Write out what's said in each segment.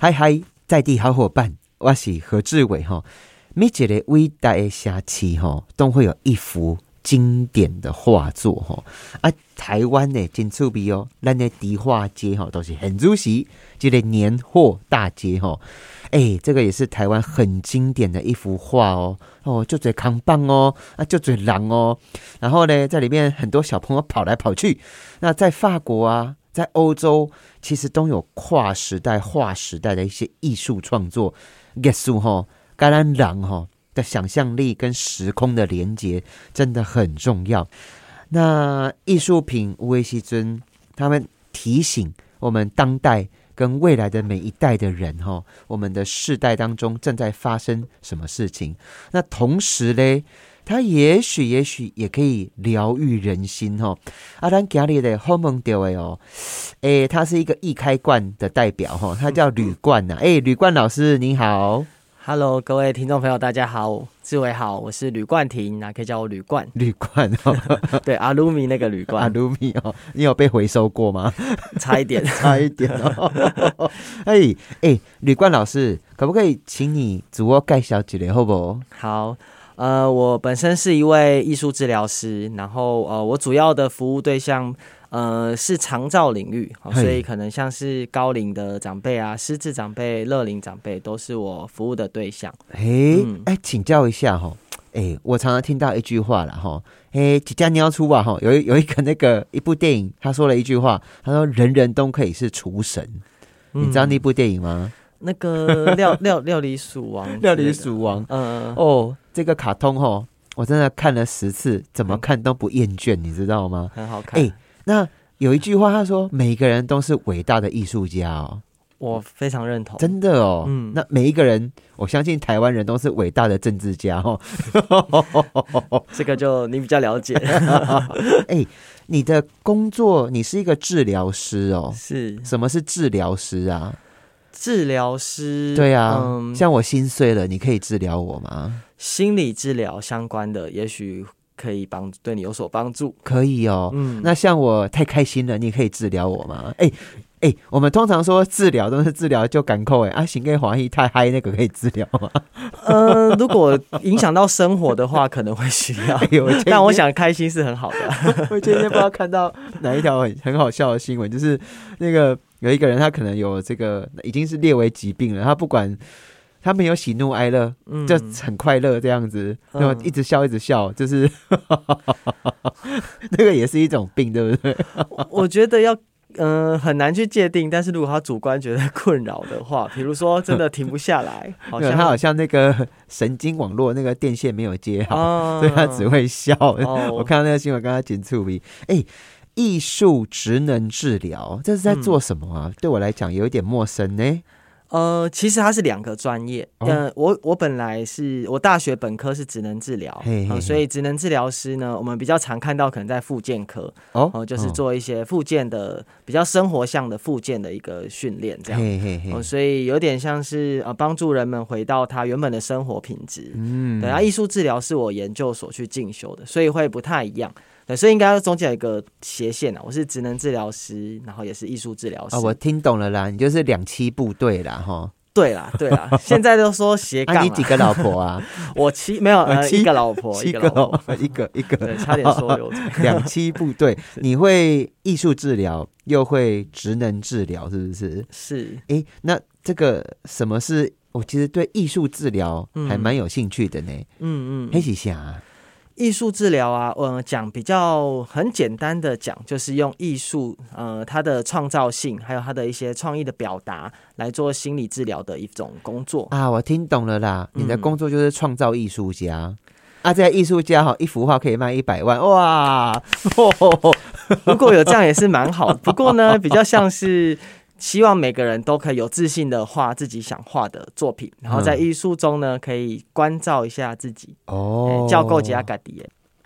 嗨嗨，在地好伙伴，我是何志伟哈。每一个伟大的城市哈，都会有一幅经典的画作哈。啊，台湾呢真趣味哦，咱的迪化街哈都是很主席这个年货大街哈。这个也是台湾很经典的一幅画哦。就最扛棒哦，就最狼哦。然后呢，在里面很多小朋友跑来跑去。那在法国啊。在欧洲其实都有跨时代划时代的一些艺术创作艺术跟咱人的想象力跟时空的连结真的很重要。那艺术品有的时候他们提醒我们当代跟未来的每一代的人我们的世代当中正在发生什么事情。那同时呢，它也许也可以疗愈人心咱今日的好梦到的他是一个易开罐的代表他叫吕冠吕冠老师你好。 Hello， 各位听众朋友，大家好，志伟好，我是吕冠廷，可以叫我吕冠。 吕冠对，阿鲁米那个吕冠。 阿鲁米你有被回收过吗？ 差一点， 差一点吕冠老师，可不可以请你自我介绍一下，好不好？ 好。我本身是一位艺术治疗师，然后我主要的服务对象是长照领域，所以可能像是高龄的长辈啊、失智长辈、乐龄长辈都是我服务的对象。 请教一下我常常听到一句话啦几家鸟出吧有一个一部电影，他说了一句话，他说人人都可以是厨神。你知道那部电影吗？ 那个料理鼠王料理鼠王这个卡通我真的看了10次，怎么看都不厌倦，你知道吗？ 很好看。 那有一句话他说每个人都是伟大的艺术家我非常认同， 真的那每一个人，我相信台湾人都是伟大的政治家这个就你比较了解你的工作，你是一个治疗师是。 什么是治疗师啊？ 治疗师， 对啊，像我心碎了，你可以治疗我吗？ 心理治疗相关的，也许可以对你有所帮助。 可以那像我太开心了，你可以治疗我吗？我们通常说治疗都是治疗就赶扣行给华裔太嗨那个可以治疗吗？ 如果影响到生活的话，可能会需要。但我想开心是很好的。 我今天不知道看到哪一条很好笑的新闻，就是那个有一个人他可能有这个已经是列为疾病了，他不管他没有喜怒哀乐，就很快乐这样子，然后一直笑，就是那个也是一种病，对不对？ 我觉得要很难去界定，但是如果他主观觉得困扰的话，比如说真的停不下来， 他好像那个神经网络那个电线没有接好，所以他只会笑。我看到那个新闻，跟他紧触鼻。艺术职能治疗，这是在做什么啊？对我来讲有一点陌生呢。 其实它是2个专业。我本来我大学本科是职能治疗，所以职能治疗师呢，我们比较常看到可能在复健科，就是做一些复健的比较生活向的复健的一个训练这样。所以有点像是帮助人们回到他原本的生活品质。对，艺术治疗是我研究所去进修的，所以会不太一样。对，所以应该中间有一个斜线我是职能治疗师，然后也是艺术治疗师。 我听懂了啦，你就是2栖部队啦对啦，现在都说斜杠。 你几个老婆啊？ 我没有一个老婆， 一个对，差点说溜嘴。 2栖部队，你会艺术治疗，又会职能治疗，是不是？ 是。 那这个什么是？我其实对艺术治疗还蛮有兴趣的呢。黑喜霞。 艺术治疗啊，讲比较很简单的讲，就是用艺术，它的创造性，还有它的一些创意的表达，来做心理治疗的一种工作啊。我听懂了啦，你的工作就是创造艺术家。这艺术家一幅画可以卖100万，哇！ 如果有这样也是蛮好的，不过呢，比较像是希望每个人都可以有自信的画自己想画的作品，然后在艺术中呢，可以关照一下自己，教够几下自己。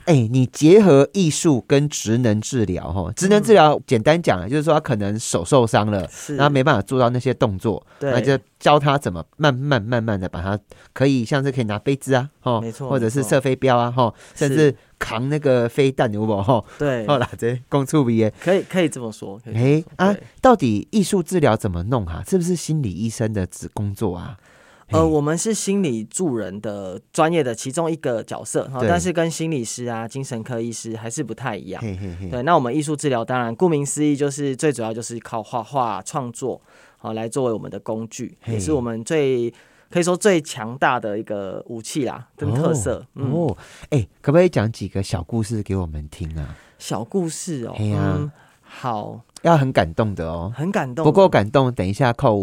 你结合艺术跟职能治疗，职能治疗简单讲就是说他可能手受伤了，然后没办法做到那些动作，那就教他怎么慢慢的把它可以像是可以拿杯子啊， 没错， 或者是射飞镖啊，甚至扛那个飞弹有没有？ 对， 好啦，这公处比耶， 可以这么说。 到底艺术治疗怎么弄啊？是不是心理医生的工作啊？ 我们是心理助人的专业的其中一个角色，但是跟心理师啊、精神科医师还是不太一样。对，那我们艺术治疗当然顾名思义就是最主要就是靠画画创作来作为我们的工具，也是我们可以说最强大的一个武器啦，跟特色。 可不可以讲几个小故事给我们听啊？ 小故事哦，好， 要很感动的哦， 很感动， 不够感动，等一下扣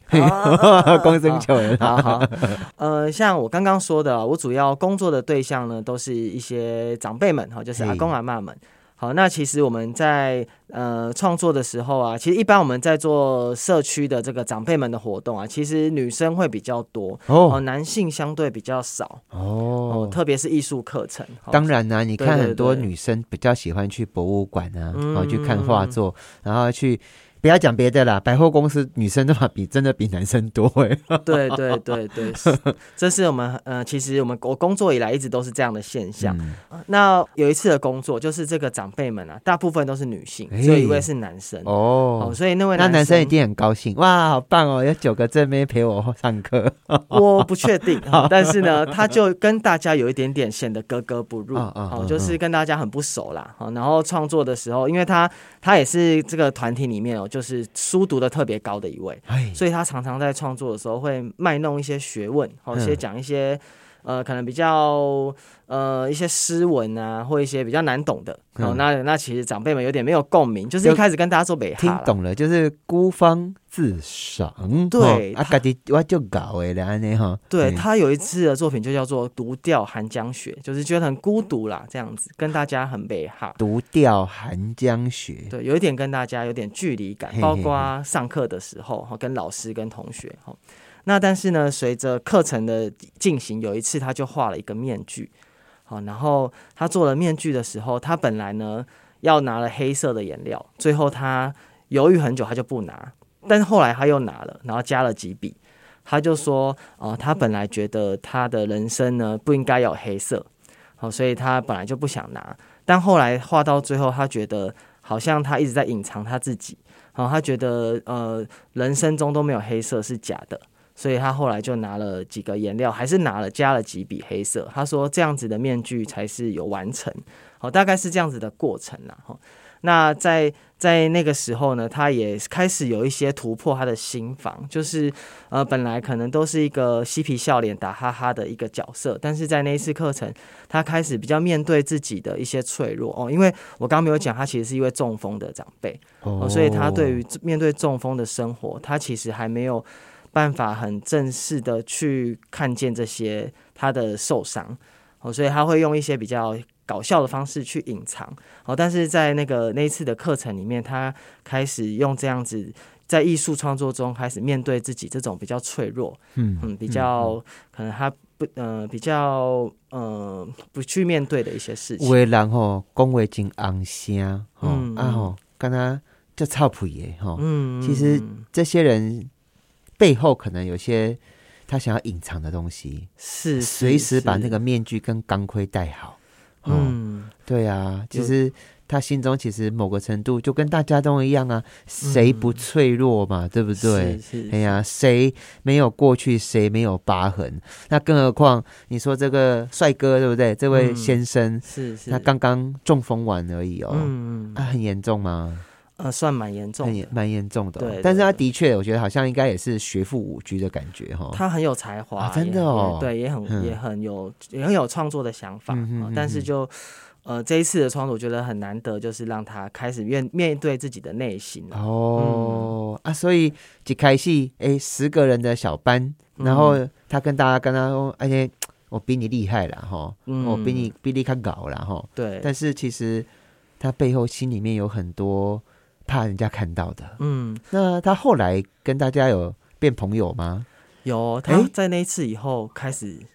500。公生求人。 好，像我刚刚说的，我主要工作的对象呢，都是一些长辈们，就是阿公阿嬷们。好，那其实我们在创作的时候啊，其实一般我们在做社区的这个长辈们的活动啊，其实女生会比较多男性相对比较少特别是艺术课程。 当然啊，你看很多女生比较喜欢去博物馆啊，然后去看画作，然后去。不要讲别的啦，百货公司女生的话真的比男生多对，这是我们其实我工作以来一直都是这样的现象。那有一次的工作就是这个长辈们啊，大部分都是女性，只有一位是男生所以那男生一定很高兴，哇，好棒哦，有9个正妹陪我上课。 我不确定但是呢，他就跟大家有一点点显得格格不入就是跟大家很不熟啦然后创作的时候，因为他也是这个团体里面就是书读的特别高的一位，所以他常常在创作的时候会卖弄一些学问讲一些可能比较一些诗文啊，或一些比较难懂的那其实长辈们有点没有共鸣，就是一开始跟大家说没听懂了，就是孤芳自赏。 对自己我就搞的啦对，他有一次的作品就叫做独钓寒江雪，就是觉得很孤独啦，这样子跟大家很没哈。 独钓寒江雪， 对，有一点跟大家有点距离感，包括上课的时候跟老师跟同学那但是呢，随着课程的进行，有一次他就画了一个面具然后他做了面具的时候，他本来呢要拿了黑色的颜料，最后他犹豫很久他就不拿，但是后来他又拿了，然后加了几笔，他就说他本来觉得他的人生呢不应该有黑色所以他本来就不想拿，但后来画到最后他觉得好像他一直在隐藏他自己他觉得人生中都没有黑色是假的，所以他后来就拿了几个颜料，还是加了几笔黑色，他说这样子的面具才是有完成大概是这样子的过程啦那在那个时候呢，他也开始有一些突破他的心防，就是本来可能都是一个嬉皮笑脸打哈哈的一个角色，但是在那一次课程他开始比较面对自己的一些脆弱因为我刚刚没有讲他其实是一位中风的长辈所以他对于面对中风的生活，他其实还没有办法很正式的去看见这些他的受伤所以他会用一些比较搞笑的方式去隐藏但是在那一次的课程里面，他开始用这样子在艺术创作中开始面对自己这种比较脆弱比较可能他比较不去面对的一些事情。 有的人讲话真昂声跟他就臭屁的其实这些人背后可能有些他想要隐藏的东西，是随时把那个面具跟钢盔戴好对啊，其实他心中其实某个程度就跟大家都一样啊，谁不脆弱嘛，对不对？哎呀，谁没有过去，谁没有疤痕？那更何况你说这个帅哥，对不对？这位先生他刚刚中风完而已很严重吗？ 算蛮严重的， 蛮严重的对， 但是他的确，我觉得好像应该也是学富五车的感觉他很有才华真的对，也很有创作的想法但是就这一次的创作，我觉得很难得，就是让他开始面对自己的内心所以一开始10个人的小班，然后他跟他说，我比你厉害啦我比你更高啦对， 但是其实他背后心里面有很多怕人家看到的那他后来跟大家有变朋友吗？ 有，他在那一次以后开始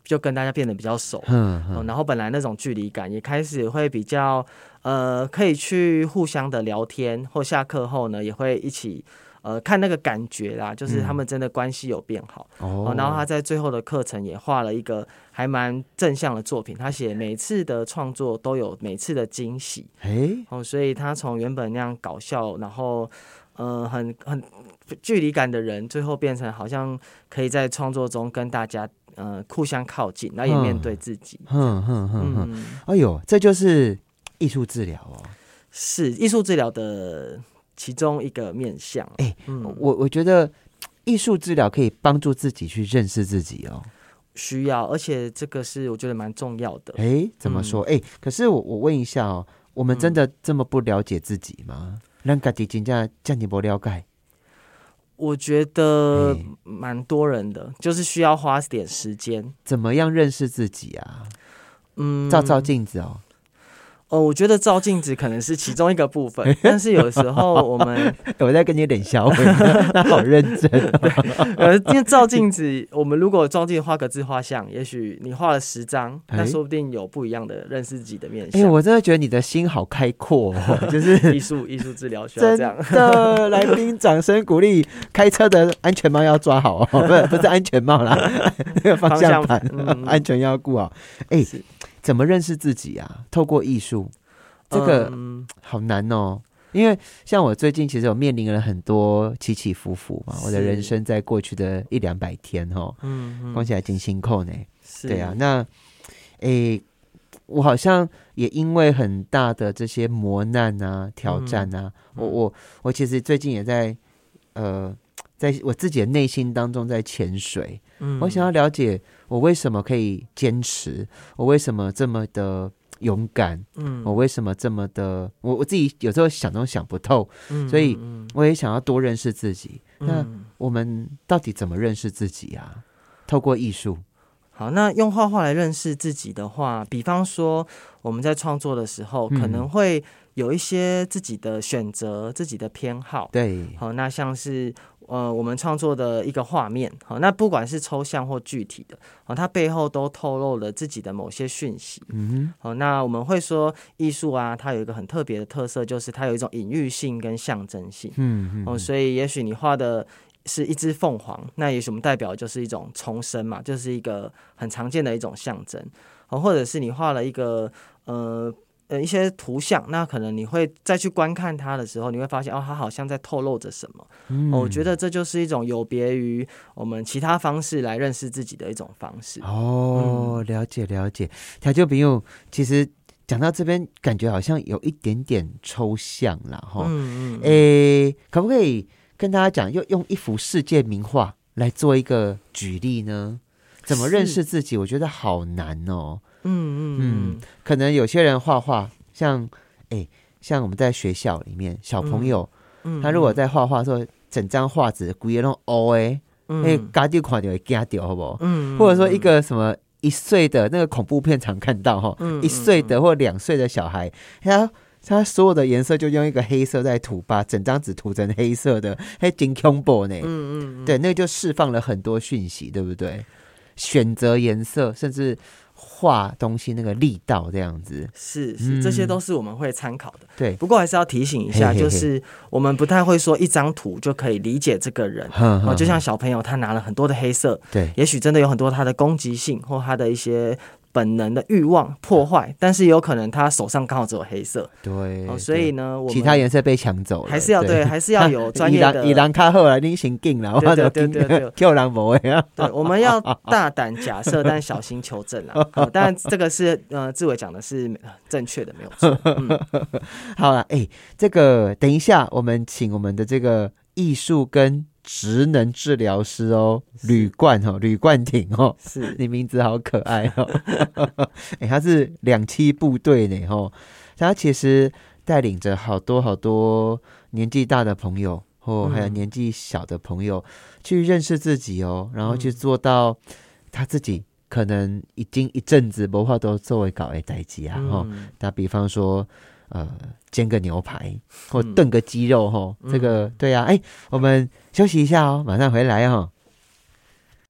就跟大家变得比较熟，然后本来那种距离感也开始会比较可以去互相的聊天，或下课后呢也会一起看那个感觉啦，就是他们真的关系有变好。然后他在最后的课程也画了一个还蛮正向的作品，他写每次的创作都有每次的惊喜。所以他从原本那样搞笑，然后很距离感的人，最后变成好像可以在创作中跟大家互相靠近，那也面对自己。 哎呦，这就是艺术治疗哦， 是艺术治疗的其中一个面向。 我觉得艺术治疗可以帮助自己去认识自己哦， 需要，而且这个是我觉得蛮重要的。 怎么说？可是我问一下哦，我们真的这么不了解自己吗？让自己真的这么不了解？ 我觉得蛮多人的，就是需要花点时间。 怎么样认识自己啊？照镜子哦。 我觉得照镜子可能是其中一个部分，但是有时候我在跟你冷笑话，那好认真。 因为照镜子，我们如果照镜子画个自画像，也许你画了10张，那说不定有不一样的认识自己的面向。 我真的觉得你的心好开阔哦，就是艺术治疗需要这样。 真的，来宾掌声鼓励。开车的安全帽要抓好哦，不是安全帽啦，那个方向盘安全要顾好。怎么认识自己啊？透过艺术，这个好难哦。因为像我最近其实有面临了很多起起伏伏嘛，我的人生在过去的100-200天讲起来挺辛苦呢。对啊，那我好像也因为很大的这些磨难啊、挑战啊，我其实最近也在我自己的内心当中在潜水。我想要了解我为什么可以坚持，我为什么这么的勇敢，我为什么这么的我自己有时候想都想不透，所以我也想要多认识自己。那我们到底怎么认识自己啊？透过艺术。 好，那用画画来认识自己的话，比方说我们在创作的时候，可能会有一些自己的选择、自己的偏好。 对， 好，那像是我们创作的一个画面，好，那不管是抽象或具体的，好，它背后都透露了自己的某些讯息。好，那我们会说艺术啊，它有一个很特别的特色，就是它有一种隐喻性跟象征性。所以也许你画的是一只凤凰，那也许我们代表就是一种重生嘛，就是一个很常见的一种象征。或者是你画了一个一些图像，那可能你会再去观看它的时候，你会发现它好像在透露着什么。我觉得这就是一种有别于我们其他方式来认识自己的一种方式。 了解了解。听众朋友，其实讲到这边，感觉好像有一点点抽象啦。可不可以跟大家讲，用一幅世界名画来做一个举例呢？怎么认识自己？我觉得好难哦。可能有些人画画，像我们在学校里面，小朋友，他如果在画画的时候，整张画纸规个都黑的，家长看到会惊到，好不好？或者说一个什么1岁的那个恐怖片常看到1岁的或2岁的小孩，他所有的颜色就用一个黑色在涂，把整张纸涂成黑色的，还挺恐怖呢。对，那个就释放了很多讯息，对不对？选择颜色，甚至画东西那个力道这样子， 是这些都是我们会参考的。 对， 不过还是要提醒一下，就是我们不太会说一张图就可以理解这个人。就像小朋友他拿了很多的黑色，对，也许真的有很多他的攻击性或他的一些本能的欲望破坏，但是有可能他手上刚好只有黑色。对，所以呢，我们其他颜色被抢走了， 还是要对，还是要有专业的。 以人较好啦，你先进啦，对，叫人无的啊。 对，我们要大胆假设，但小心求证啦。当然，这个是志伟讲的是正确的，没有错。 好了，这个等一下，我们请我们的这个艺术跟职能治疗师吕冠廷是你名字好可爱他是2栖部队呢他其实带领着好多年纪大的朋友还有年纪小的朋友去认识自己然后去做到他自己可能已经一阵子没法都作为搞的代志那比方说煎个牛排或炖个鸡肉这个对啊我们休息一下马上回来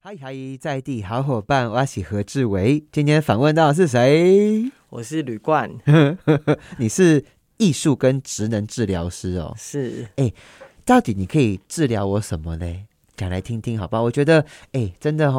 嗨嗨，在地好伙伴，我是何志伟。今天访问到的是谁？ 我是吕冠。 你是艺术跟职能治疗师哦。 是。 到底你可以治疗我什么呢？讲来听听好不好？我觉得真的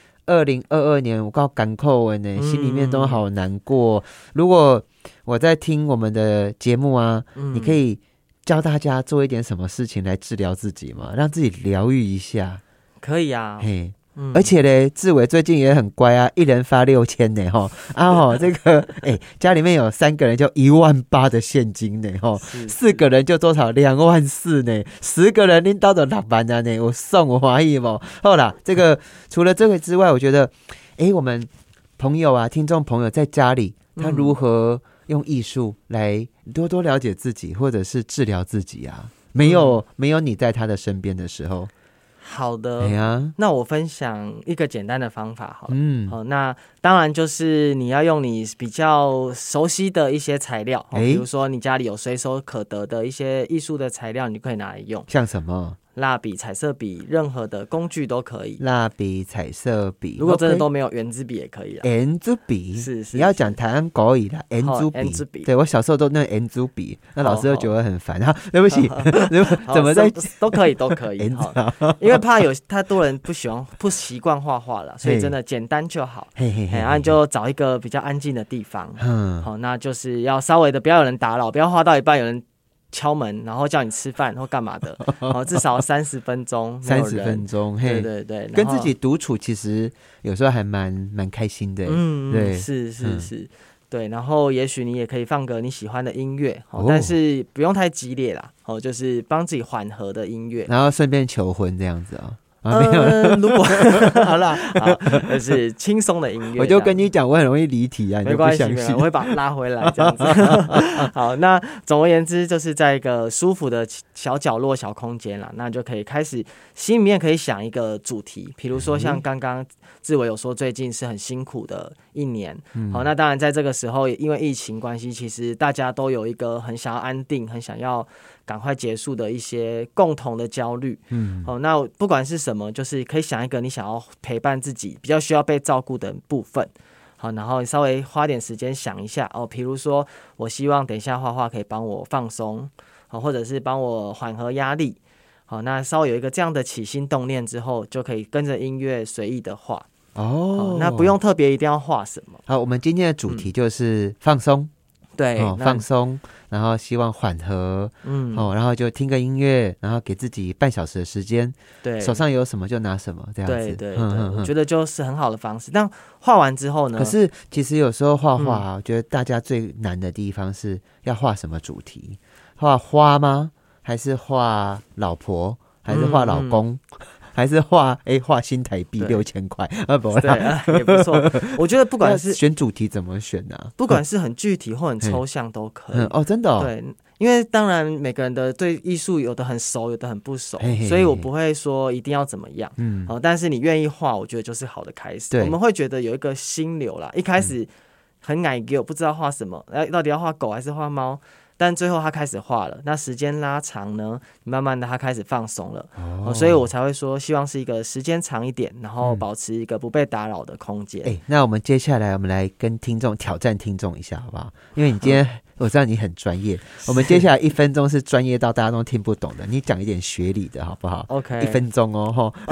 2022年我告港口呢，心里面都好难过。如果我在听我们的节目啊，你可以教大家做一点什么事情来治疗自己吗？让自己疗愈一下。 可以啊。 而且呢，志伟最近也很乖啊，一人发6000呢这个家里面有3个人就18000的现金呢4个人就多少24000呢，10个人拎到的6万啊呢，我送我怀疑不？好啦，这个除了这个之外，我觉得我们朋友啊，听众朋友在家里，他如何用艺术来多多了解自己，或者是治疗自己啊？没有你在他的身边的时候。 好的，那我分享一个简单的方法好了。好，那当然就是你要用你比较熟悉的一些材料，比如说你家里有随手可得的一些艺术的材料，你就可以拿来用。 像什么？ 蜡笔、彩色笔，任何的工具都可以。 蜡笔、彩色笔， 如果真的都没有，圆珠笔也可以啦。 圆珠笔是你要讲台湾国语啦，圆珠笔。对，我小时候都那圆珠笔，那老师就觉得很烦。对不起，怎么在都可以。因为怕有太多人不习惯画画了，所以真的简单就好。然后你就找一个比较安静的地方。好，那就是要稍微的不要有人打扰，不要画到一半有人敲门，然后叫你吃饭或干嘛的，至少30分钟 ，30分钟， 对， 跟自己独处，其实有时候还蛮开心的，对， 是，对，然后也许你也可以放个你喜欢的音乐，但是不用太激烈啦，就是帮自己缓和的音乐， 然后顺便求婚这样子啊。 如果好啦， 就是轻松的音乐。 我就跟你讲，我很容易离题啊，你就不相信， 我会把它拉回来这样子。好，那总而言之，就是在一个舒服的小角落、小空间啦，那就可以开始心里面可以想一个主题，比如说像刚刚志伟有说，最近是很辛苦的一年。好，那当然在这个时候，因为疫情关系，其实大家都有一个很想要安定、很想要赶快结束的一些共同的焦虑。那不管是什么，就是可以想一个你想要陪伴自己比较需要被照顾的部分。好，然后稍微花点时间想一下比如说我希望等一下画画可以帮我放松，或者是帮我缓和压力。好，那稍微有一个这样的起心动念之后，就可以跟着音乐随意的画。那不用特别一定要画什么。 好，我们今天的主题就是放松。 对， 放松，然后希望缓和，然后就听个音乐，然后给自己半小时的时间，对，手上有什么就拿什么，这样子， 对，我觉得就是很好的方式。但画完之后呢？ 可是其实有时候画画我觉得大家最难的地方是要画什么主题？画花吗？还是画老婆？还是画老公？还是画新台币6000块对，也不错。我觉得不管是选主题怎么选啊， 不管是很具体或很抽象都可以。 真的对，因为当然每个人的对艺术有的很熟，有的很不熟，所以我不会说一定要怎么样。但是你愿意画，我觉得就是好的开始。我们会觉得有一个心流啦，一开始很矮给我不知道画什么，到底要画狗还是画猫？但最后他开始画了，那时间拉长呢，慢慢的他开始放松了，所以我才会说希望是一个时间长一点，然后保持一个不被打扰的空间。 那我们接下来我们来跟挑战听众一下好不好？因为你今天我知道你很专业，我们接下来1分钟是专业到大家都听不懂的，你讲一点学理的好不好 ？OK， 1分钟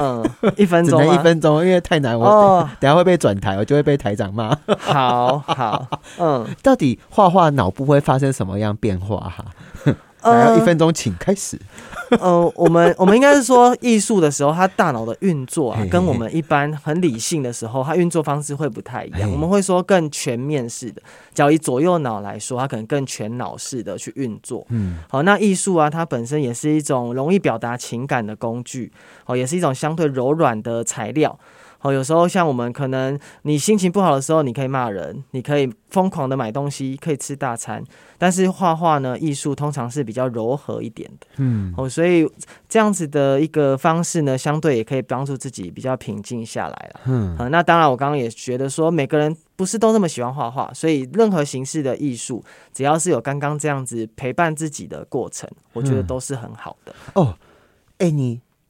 1分钟只能1分钟，因为太难，我等下会被转台，我就会被台长骂。 好， 到底画画脑部会发生什么样变化哈？来，1分钟，请开始。 我们应该是说，艺术的时候，它大脑的运作跟我们一般很理性的时候，它运作方式会不太一样。我们会说更全面式的，假如以左右脑来说，它可能更全脑式的去运作。好，那艺术它本身也是一种容易表达情感的工具，也是一种相对柔软的材料。有时候像我们可能你心情不好的时候，你可以骂人，你可以疯狂的买东西，可以吃大餐，但是画画呢，艺术通常是比较柔和一点的。所以这样子的一个方式呢，相对也可以帮助自己比较平静下来了。那当然我刚刚也觉得说，每个人不是都这么喜欢画画，所以任何形式的艺术，只要是有刚刚这样子陪伴自己的过程，我觉得都是很好的。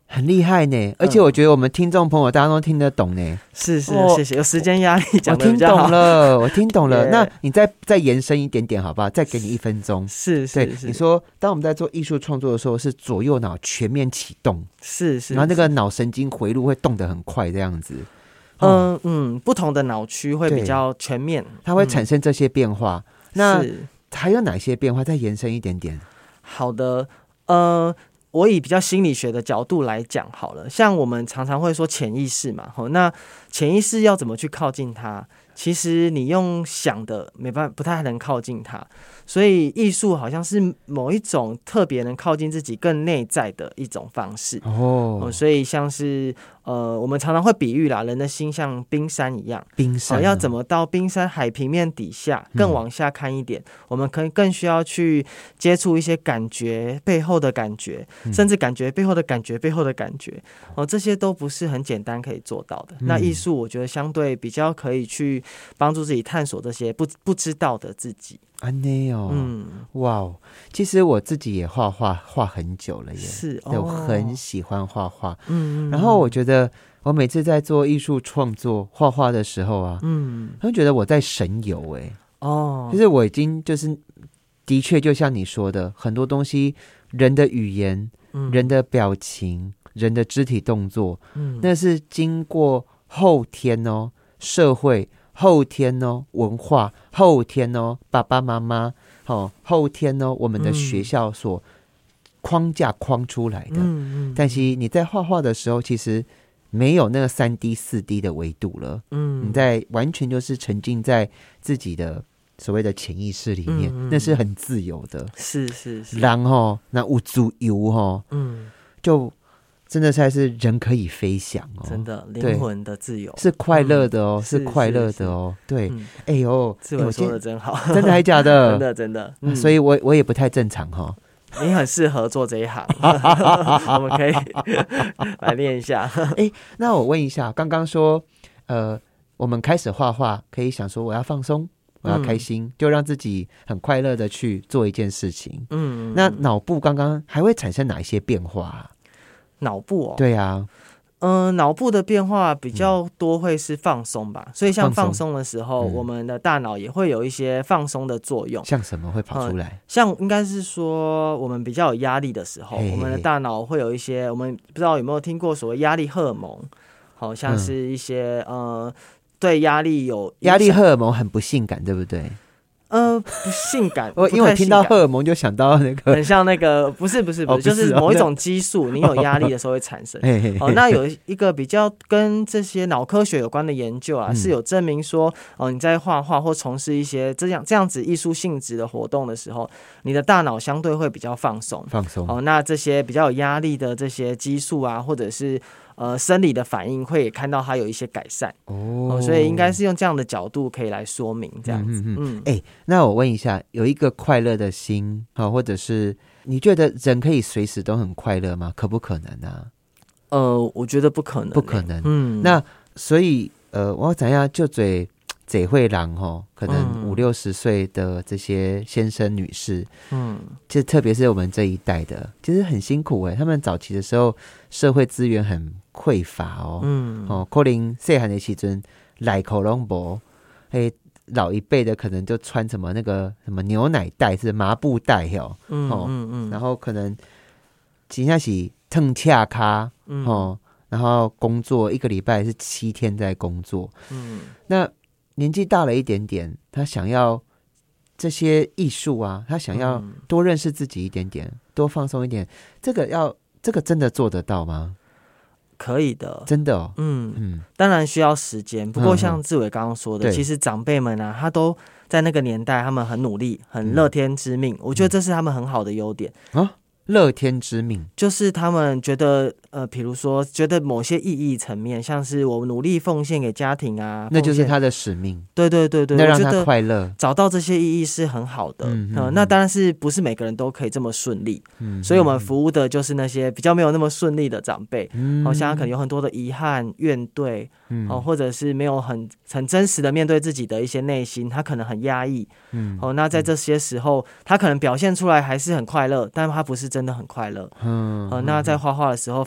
很厉害呢，而且我觉得我们听众朋友大家都听得懂呢。 是，谢谢。有时间压力讲得比较好。我听懂了。那你再延伸一点点好不好？再给你1分钟。 是。 你说，当我们在做艺术创作的时候，是左右脑全面启动， 是， 然后那个脑神经回路会动得很快，这样子。 不同的脑区会比较全面， 它会产生这些变化。那还有哪些变化？再延伸一点点。 好的，我以比较心理学的角度来讲好了，像我们常常会说潜意识嘛，那潜意识要怎么去靠近它？其实你用想的没办法，不太能靠近它，所以艺术好像是某一种特别能靠近自己更内在的一种方式所以像是我们常常会比喻啦，人的心像冰山一样， 冰山要怎么到冰山海平面底下更往下看一点，我们可以更需要去接触一些感觉背后的感觉，甚至感觉背后的感觉背后的感觉这些都不是很简单可以做到的。那艺术我觉得相对比较可以去帮助自己探索这些不知道的自己。 哇，其实我自己也画很久了耶， 是我很喜欢画画。然后我觉得我每次在做艺术创作画画的时候啊，他们觉得我在神游就是我已经就是的确就像你说的，很多东西，人的语言，人的表情，人的肢体动作，那是经过后天社会。后天文化，后天爸爸妈妈，后天我们的学校所框架框出来的。但是你在画画的时候，其实没有那个3D 4D 的维度了。你在完全就是沉浸在自己的所谓的潜意识里面，那是很自由的。 是。 然后那有自由就真的才是人可以飞翔真的灵魂的自由是快乐的是快乐的对， 志伟说的真好， 真的还假的？ 真的所以我也不太正常你很适合做这一行我们可以来练一下那我问一下，刚刚说我们开始画画可以想说我要放松，我要开心，就让自己很快乐的去做一件事情。那脑部刚刚还会产生哪一些变化脑部对啊， 脑部的变化比较多会是放松吧，所以像放松的时候，我们的大脑也会有一些放松的作用。 像什么会跑出来？ 像应该是说我们比较有压力的时候，我们的大脑会有一些，我们不知道有没有听过所谓压力荷尔蒙，好像是一些对压力有压力荷尔蒙很不性感，对不对？ 不性感， 因为我听到荷尔蒙就想到那个， 很像那个，不是，就是某一种激素，你有压力的时候会产生。那有一个比较跟这些脑科学有关的研究是有证明说，你在画画或从事一些这样子艺术性质的活动的时候，你的大脑相对会比较放松。那这些比较有压力的这些激素或者是生理的反应会看到它有一些改善所以应该是用这样的角度可以来说明这样子。 那我问一下，有一个快乐的心或者是你觉得人可以随时都很快乐吗？可不可能啊？ 我觉得不可能， 不可能。那所以我怎样就嘴会狼可能50-60岁的这些先生女士，其实特别是我们这一代的，其实很辛苦他们早期的时候社会资源很匮乏可能细汉的时阵奶口拢无老一辈的可能就穿什么那个什么牛奶袋是麻布袋然后可能真的是烫恰卡然后工作1个礼拜是7天在工作那年纪大了一点点，他想要这些艺术他想要多认识自己一点点，多放松一点，这个真的做得到吗？ 可以的， 真的当然需要时间。不过像志伟刚刚说的，其实长辈们他都在那个年代，他们很努力，很乐天知命。我觉得这是他们很好的优点乐天知命就是他们觉得比如说觉得某些意义层面，像是我努力奉献给家庭那就是他的使命。 对， 那让他快乐， 找到这些意义是很好的那当然是不是每个人都可以这么顺利所以我们服务的就是那些比较没有那么顺利的长辈像他可能有很多的遗憾怨怼或者是没有很真实的面对自己的一些内心，他可能很压抑那在这些时候他可能表现出来还是很快乐，但他不是真的很快乐那在画画的时候反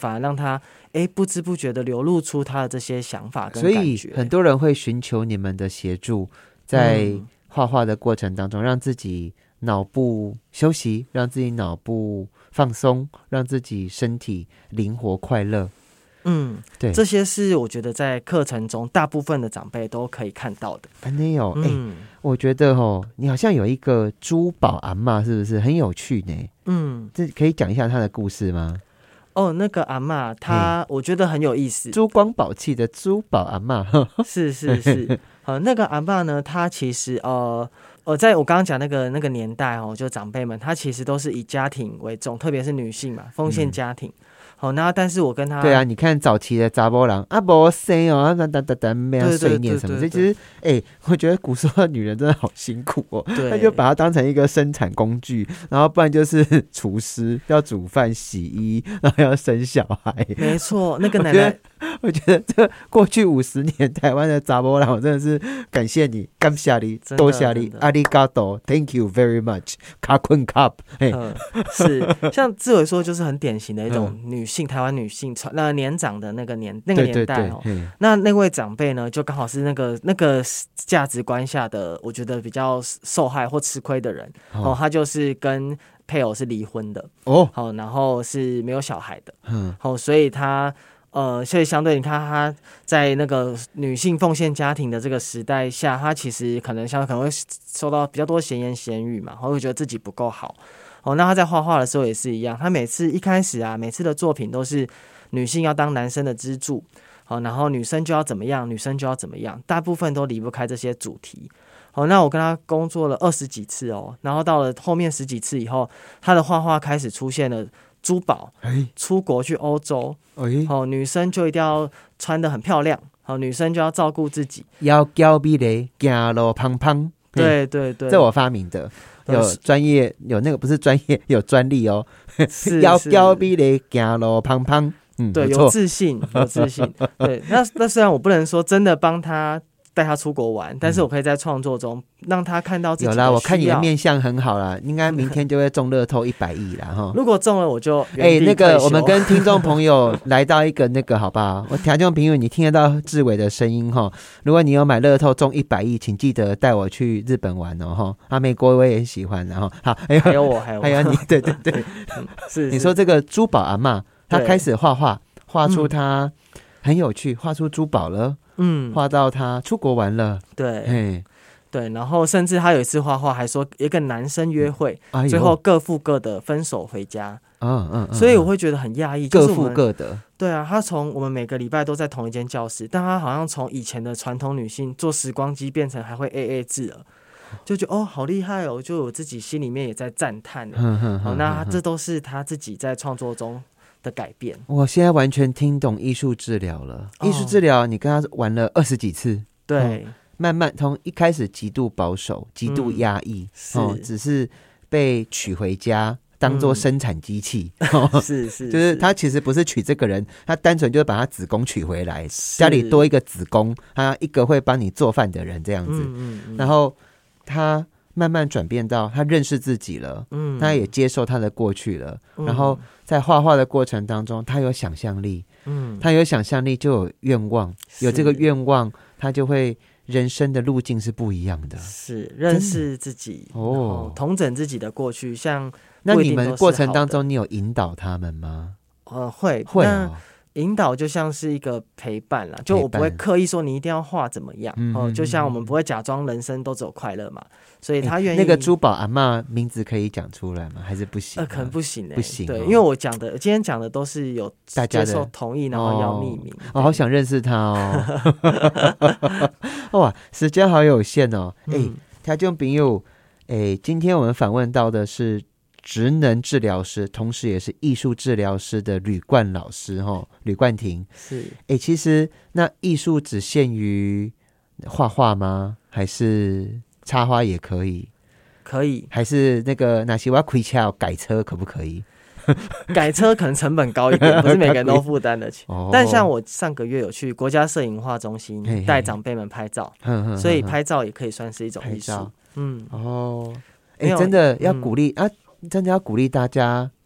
反而让他不知不觉的流露出他的这些想法跟感觉。 所以很多人会寻求你们的协助，在画画的过程当中，让自己脑部休息，让自己脑部放松，让自己身体灵活快乐。对， 这些是我觉得在课程中大部分的长辈都可以看到的。 没有，我觉得你好像有一个珠宝阿嬷，是不是很有趣呢？这可以讲一下她的故事吗？ 那个阿嬷她我觉得很有意思， 珠光宝气的珠宝阿嬷。 是那个阿嬷呢，她其实在我刚刚讲那个年代就长辈们，她其实都是以家庭为重，特别是女性嘛，奉献家庭。那但是我跟他， 对啊，你看早期的查某人啊，没生哦，没有碎念什么，所以其实我觉得古时候的女人真的好辛苦哦，她就把它当成一个生产工具，然后不然就是厨师，要煮饭、洗衣，然后要生小孩。 没错，那个奶奶， 我觉得这过去50年台湾的查某人，我真的是感谢你，感谢你，多谢你，阿里嘎多 ，Thank you very much， 卡坤卡。 是像志伟说，就是很典型的一种女性，台湾女性年长的那个年代那位长辈呢，就刚好是那个价值观下的，我觉得比较受害或吃亏的人。他就是跟配偶是离婚的然后是没有小孩的。所以他所以相对你看他在那个女性奉献家庭的这个时代下，他其实可能会受到比较多闲言闲语嘛，会觉得自己不够好。那他在画画的时候也是一样，他每次一开始每次的作品都是女性要当男生的支柱，然后女生就要怎么样，女生就要怎么样，大部分都离不开这些主题。那我跟他工作了20几次然后到了后面10几次以后，他的画画开始出现了珠宝，出国去欧洲，女生就一定要穿得很漂亮，女生就要照顾自己， 要交美丽，走路胖胖。 对， 这我发明的。有专业，有那个不是专业，有专利哦。要交美丽，走路胖胖。 对，有自信。对，那虽然我不能说真的帮他带他出国玩，但是我可以在创作中让他看到自己的需要。 有啦，我看你的面相很好啦，应该明天就会中乐透100亿啦哈。 如果中了，我就那个我们跟听众朋友来到一个那个好不好？我听众朋友，你听得到志伟的声音哈。如果你有买乐透中100亿，请记得带我去日本玩哦哈。美国我也很喜欢，然后好，还有我，还有你，对，是你说这个珠宝阿嬷，她开始画出她很有趣，画出珠宝了。画到他出国玩了， 对，然后甚至他有一次画画还说一个男生约会，最后各付各的分手回家。所以我会觉得很讶异， 各付各的。 对啊，他从我们每个礼拜都在同一间教室，但他好像从以前的传统女性坐时光机变成还会 AA 制了，就觉得好厉害哦！就我自己心里面也在赞叹。那这都是他自己在创作中的改变。 我现在完全听懂艺术治疗了。艺术治疗，你跟他玩了20几次， 对， 慢慢从一开始极度保守、极度压抑，只是被娶回家当做生产机器，就是他其实不是娶这个人，他单纯就是把他子宫娶回来，家里多一个子宫，他一个会帮你做饭的人这样子。然后他慢慢转变到他认识自己了，他也接受他的过去了，然后在画画的过程当中，他有想象力，他有想象力就有愿望，有这个愿望，他就会人生的路径是不一样的， 是认识自己，统整自己的过去。像那你们过程当中，你有引导他们吗？ 会引导就像是一个陪伴啦，就我不会刻意说你一定要画怎么样，就像我们不会假装人生都只有快乐嘛，所以他愿意。 那个珠宝阿嬷名字可以讲出来吗？还是不行？ 可能不行不行。 对，因为我今天讲的都是有大家接受同意，然后要匿名。 我好想认识他哦。哇，时间好有限哦。听众朋友，今天我们访问到的是职能治疗师，同时也是艺术治疗师的吕冠老师吕冠廷。 是其实那艺术只限于画画吗？还是插花也可以？ 可以。 还是那个那些我要开车改车可不可以？ 改车可能成本高一点，不是每个人都负担得起。但像我上个月有去国家摄影画中心带长辈们拍照，所以拍照也可以算是一种艺术。 真的要鼓励真的要鼓励大家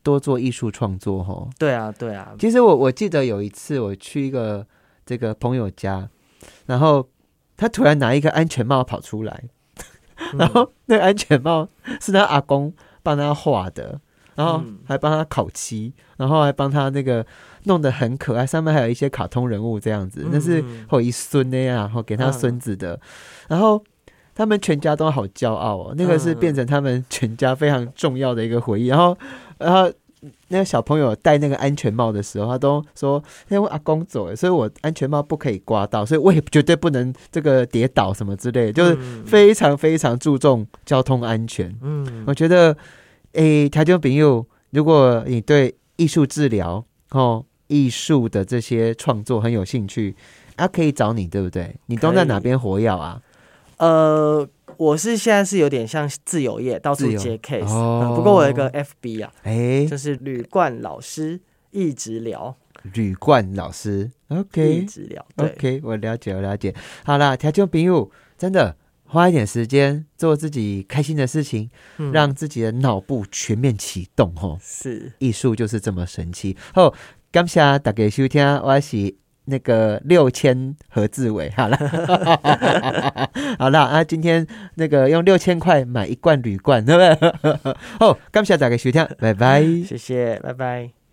多做艺术创作齁。 对啊对啊， 其实我记得有一次我去一个这个朋友家，然后他突然拿一个安全帽跑出来，然后那个安全帽是他阿公帮他画的，然后还帮他烤漆，然后还帮他那个弄得很可爱，上面还有一些卡通人物这样子，那是后一孙的呀，然后给他孙子的，然后他们全家都好骄傲哦，那个是变成他们全家非常重要的一个回忆。然后那个小朋友戴那个安全帽的时候，他都说因为我阿公走，所以我安全帽不可以刮到，所以我也绝对不能这个跌倒什么之类的，就是非常非常注重交通安全。我觉得听众朋友，如果你对艺术治疗艺术的这些创作很有兴趣可以找你，对不对？你都在哪边活跃啊？ 我是现在是有点像自由业，到处接 case。不过我有一个 FB 啊，就是旅馆老师艺治疗。 旅馆老师 ，OK， 艺治疗 ，OK， 我了解，我了解。好啦，听众朋友，真的花一点时间做自己开心的事情，让自己的脑部全面启动是， 艺术就是这么神奇。感谢大家收听，我是那个6000何志伟。好了好啦今天那个用6000块买一罐铝罐，对不对？感谢大家收听，拜拜， 谢谢，拜拜。